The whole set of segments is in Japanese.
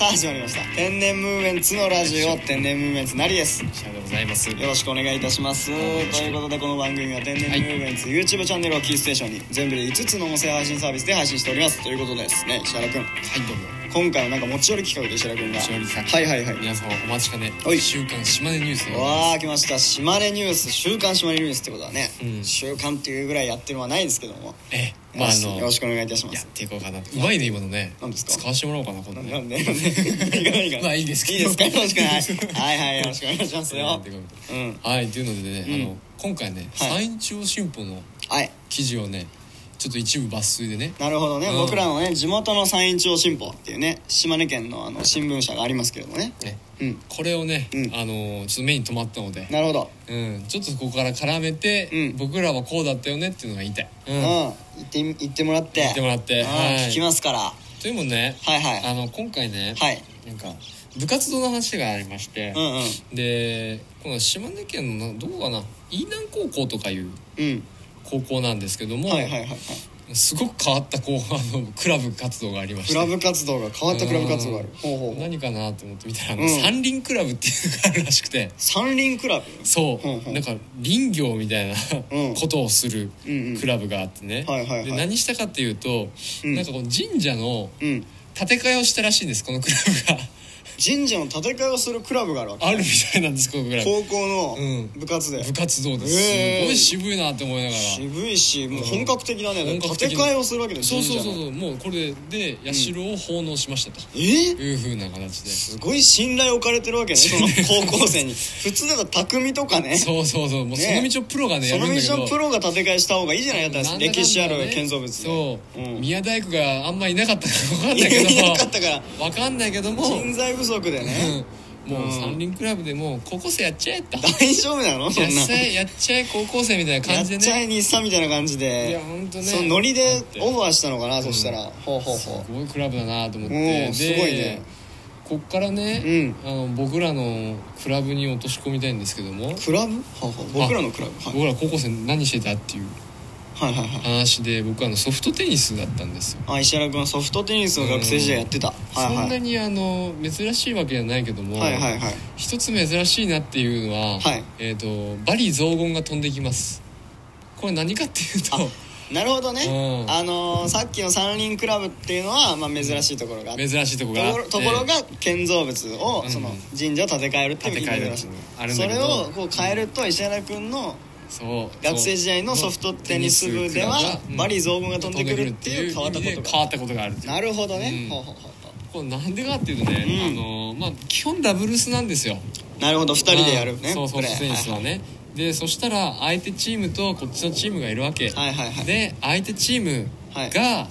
始まりました。天然ムーブメンツのラジオ、天然ムーブメンツなりです。 シャでございます。 よろしくお願いいたします。ということで、この番組は天然ムーブメンツ、YouTube チャンネルをキーステーションに全部で5つの音声配信サービスで配信しております。ということでですね、石原くん、 はい、どうも。 今回はなんか持ち寄り企画で石原くんが持ち寄り企画、はい皆様お待ちかね、週刊島根ニュース。 わー来ました。島根ニュース、週刊島根ニュースってことはね、週刊っていうぐらいやってるのはないですけども、よろしくお願いいたします。 やっていこうかなと。うまいね今のね。 何ですか？ 使わせてもらおうかな、今度ね。 なんで何がまあいいですけど。 いいですか？よろしくはいよろしくお願いしますよ。 はい、というのでね、今回ね、山陰中央新報の記事をね、ちょっと一部抜粋でね。 なるほどね、僕らのね地元の山陰中央新報っていうね、島根県の新聞社がありますけれどもね、これをね、ちょっと目に留まったので、 なるほど、 ちょっとここから絡めて、僕らはこうだったよねっていうのが言いたい。 言ってもらって聞きますから。 というもね、今回ね、なんか部活動の話がありまして、でこの島根県のどこかな、飯南高校とかいう高校なんですけども、すごく変わったクラブ活動がありまして、 クラブ活動が変わったクラブ活動がある。 何かなと思って見たら、山林クラブっていうのがあるらしくて。 山林クラブ？ そう、なんか林業みたいなことをするクラブがあってね、で何したかっていうと、なんかこの神社の建て替えをしたらしいんです、このクラブが。 神社の建て替えをするクラブがあるわけ、 あるみたいなんです、このクラブ。 高校の部活で、 部活動です。すごい渋いなって思いながら。 渋いし、もう本格的だね。建て替えをするわけです。 そう、もうこれで社を奉納しましたというふうな形で、 すごい信頼置かれてるわけね、その高校生に。普通だと匠とかね、 そうもうその道をプロがねやるんだけど、 その道をプロが建て替えした方がいいじゃないかった。歴史ある建造物。 そう宮大工があんまいなかったから分かんないけども、 人材不足でね、 もう山林クラブでもう高校生やっちゃえと。 大丈夫なの？そんなやっちゃえ高校生みたいな感じでね、 やっちゃえ日産みたいな感じで、 いや本当ね、 そのノリでオファーしたのかな。そしたらすごいクラブだなと思って、 すごいね。 こっからね、僕らのクラブに落とし込みたいんですけども。 クラブ？僕らのクラブ、 僕ら高校生何してたっていう話で、僕はソフトテニスだったんですよ。 石原君はソフトテニスの学生時代やってた。 そんなに珍しいわけじゃないけども、一つ珍しいなっていうのは、バリ雑言が飛んできます。これ何かっていうと、 なるほどね、さっきの山林クラブっていうのは、珍しいところがあって、ところが建造物を、その神社を建て替えるっていう珍しい。それをこう変えると、石原君の学生時代のソフトテニス部ではバリ雑言が飛んでくるっていう変わったことがある。なるほどね。 これなんでかっていうとね、基本ダブルスなんですよ。 なるほど、2人でやるね。 ソフトテニスはね。でそしたら相手チームとこっちのチームがいるわけで、相手チームが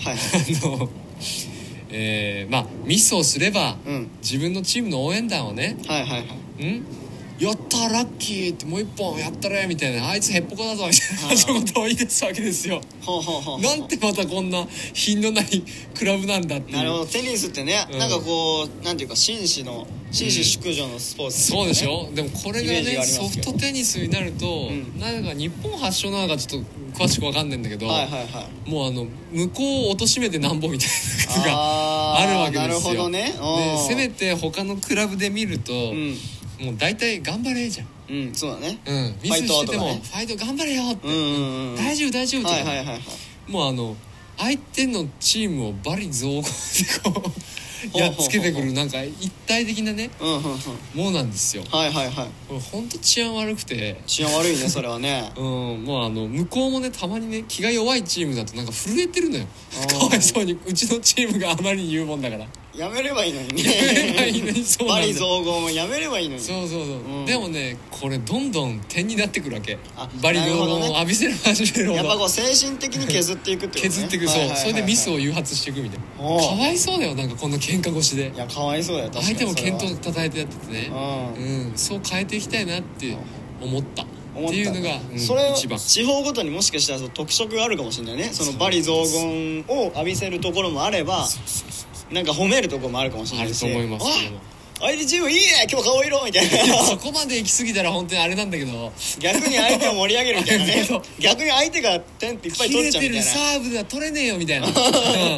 ミスをすれば、自分のチームの応援団をね、やったーラッキーって、もう一本やったれみたいな、あいつへっぽこだぞみたいなそういうことを言い出すわけですよ。なんてまたこんな品のないクラブなんだっていう。 なるほど。テニスってね、なんかこうなんていうか紳士淑女のスポーツ、 そうでしょ。でもこれがねソフトテニスになると、なんか日本発祥なのかちょっと詳しく分かんないんだけど、もう向こうを貶めてなんぼみたいなことがあるわけですよ。 なるほどね。 でせめて他のクラブで見ると、もう大体頑張れじゃん。 そうだね。 ミスしててもファイト頑張れよって、大丈夫って、もう相手のチームをバリ雑言でこうやっつけてくる、なんか一体的なねものなんですよ。これ本当治安悪くて。 治安悪いね、それはね。 もう向こうもね、たまにね気が弱いチームだとなんか震えてるのよ。かわいそうに、うちのチームがあまりに言うもんだから。 やめればいいのにね。バリ雑言をやめればいいのに。 そうでもね、これどんどん点になってくるわけ。バリ雑言を浴びせる始めるほど、 やっぱこう精神的に削っていくってことね。 削っていく。それでミスを誘発していくみたいな。かわいそうだよ、なんかこんな喧嘩越しで。 いや、かわいそうだよ。 相手も健闘叩いてやっててね、そう変えていきたいなって思ったっていうのが、 それは地方ごとにもしかしたら特色があるかもしれないね。そのバリ雑言を浴びせるところもあれば、なんか褒めるところもあるかもしれないし。 あると思いますけども、 相手チームいいね今日顔色みたいな。 そこまで行き過ぎたら本当にあれなんだけど、 逆に相手を盛り上げるみたいなね。逆に相手が点っていっぱい取っちゃうみたいな。 切れてるサーブでは取れねえよみたいな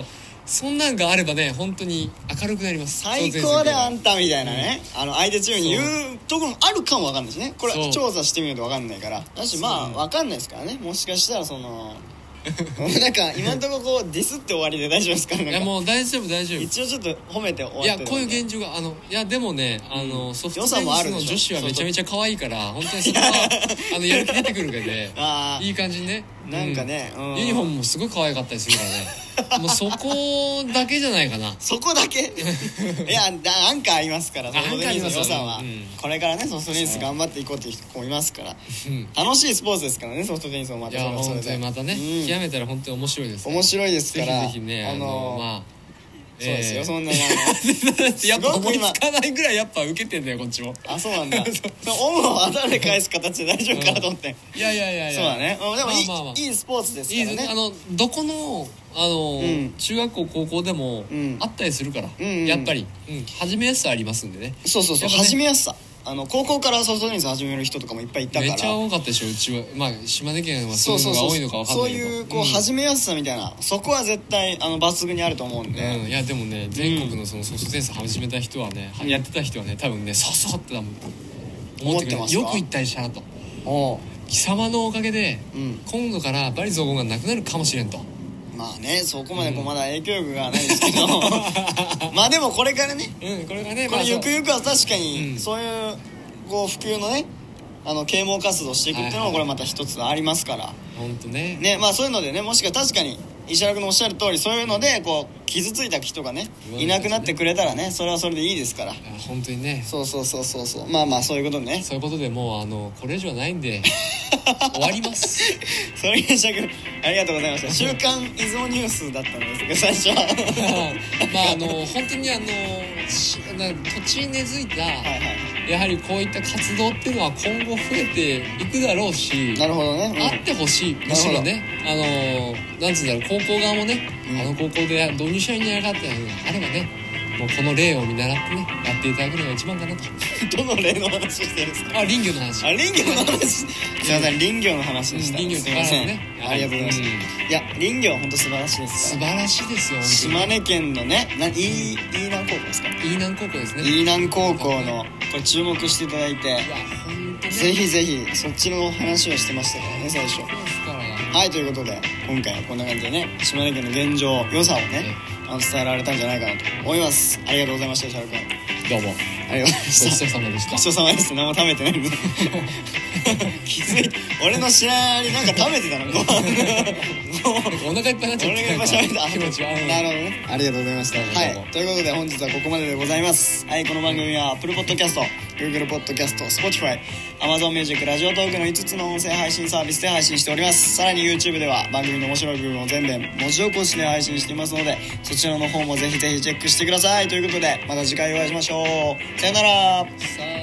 そんなんがあればね本当に明るくなります。 最高であんたみたいなね、相手チームに言うところもあるかも分かんないしね。これ調査してみると分かんないから。だしまあ分かんないですからね。もしかしたらそのなんか今のところこうディスって終わりで大丈夫ですか？いやもう大丈夫一応ちょっと褒めて終わってる。 いやこういう現状がいやでもねソフトテニスの女子はめちゃめちゃ可愛いから本当にそこはやる気出てくるわけでいい感じにねなんかね、 ユニフォームもすごい可愛かったりするからねもうそこだけじゃないかな。 そこだけいやなんかありますからソフトテニスの良さは、これからねソフトテニス頑張っていこうっていう人もいますから、楽しいスポーツですからねソフトテニスもまたそれはそれで。いや本当にまたね極めたら本当に面白いですから。面白いですからぜひぜひねまあそうですよ、そんなやっぱ思いつかないぐらいやっぱ受けてんだよこっちも。 あ、そうなんだオムを頭で返す形で大丈夫かなと思って。 いやそうだね。でもいいスポーツですからね。 どこの中学校高校でもあったりするからやっぱり始めやすさありますんでね。 そう始めやすさ高校からソフトテニス始める人とかもいっぱいいたから。 めっちゃ多かったでしょうちは。まあ島根県はそういうのが多いのか分かんないけど、そういうこう始めやすさみたいなそこは絶対抜群にあると思うんで、 いやでもね全国のそのソフトテニス始めた人はねやってた人はね多分ねそうって思ってますか。よく言ったりしたなと。貴様のおかげで今度からバリ雑言がなくなるかもしれんと。 まあねそこまでまだ影響力がないですけどまあでもこれからねこれゆくゆくは確かにそういうこう普及のね啓蒙活動していくっていうのもこれまた一つありますから本当ねまあそういうのでねもしか確かに石原君のおっしゃる通りそういうのでこう傷ついた人がねいなくなってくれたらねそれはそれでいいですから。 本当にねそうまあそういうことね。 そういうことでもうこれ以上はないんで終わりますそれが石原君ありがとうございました。週刊依存ニュースだったんですけど最初はまあ本当に土地に根付いたやはりこういった活動っていうのは今後増えていくだろうし。 なるほどね、 あってほしい。むしろねなんつうんだろう高校側もね、高校で導入者にやがってあればねもうこの例を見習ってねやっていただくのが一番かなとどの例の話してるんですか。 林業の話。 林業の話すいません林業の話でした。林業すいません、ありがとうございます。いや林業は本当素晴らしいですから。素晴らしいですよ。 島根県のね飯南高校ですか。 飯南高校ですね。 飯南高校のこれ注目していただいてぜひぜひそっちの話をしてましたからね最初。はいということで今回はこんな感じでね島根県の現状良さをね伝えられたんじゃないかなと思います。ありがとうございました石原君。 どうもありがとうございました。 ごちそうさまでした。 ごちそうさまです。何も食べてないんで気づいて俺の知らないなんか食べてたのご飯お腹いっぱいになっちゃった。 俺がいっぱい喋った気持ちはなるほどね。ありがとうございました。はいということで本日はここまででございます。はいこの番組は Apple Podcast、Google Podcast、Spotify、Amazon Music、ラジオトークの5つの音声配信サービスで配信しております。さらに YouTube では番組の面白い部分を全編文字起こしで配信していますのでそちらの方もぜひぜひチェックしてください。ということでまた次回お会いしましょう。さよなら。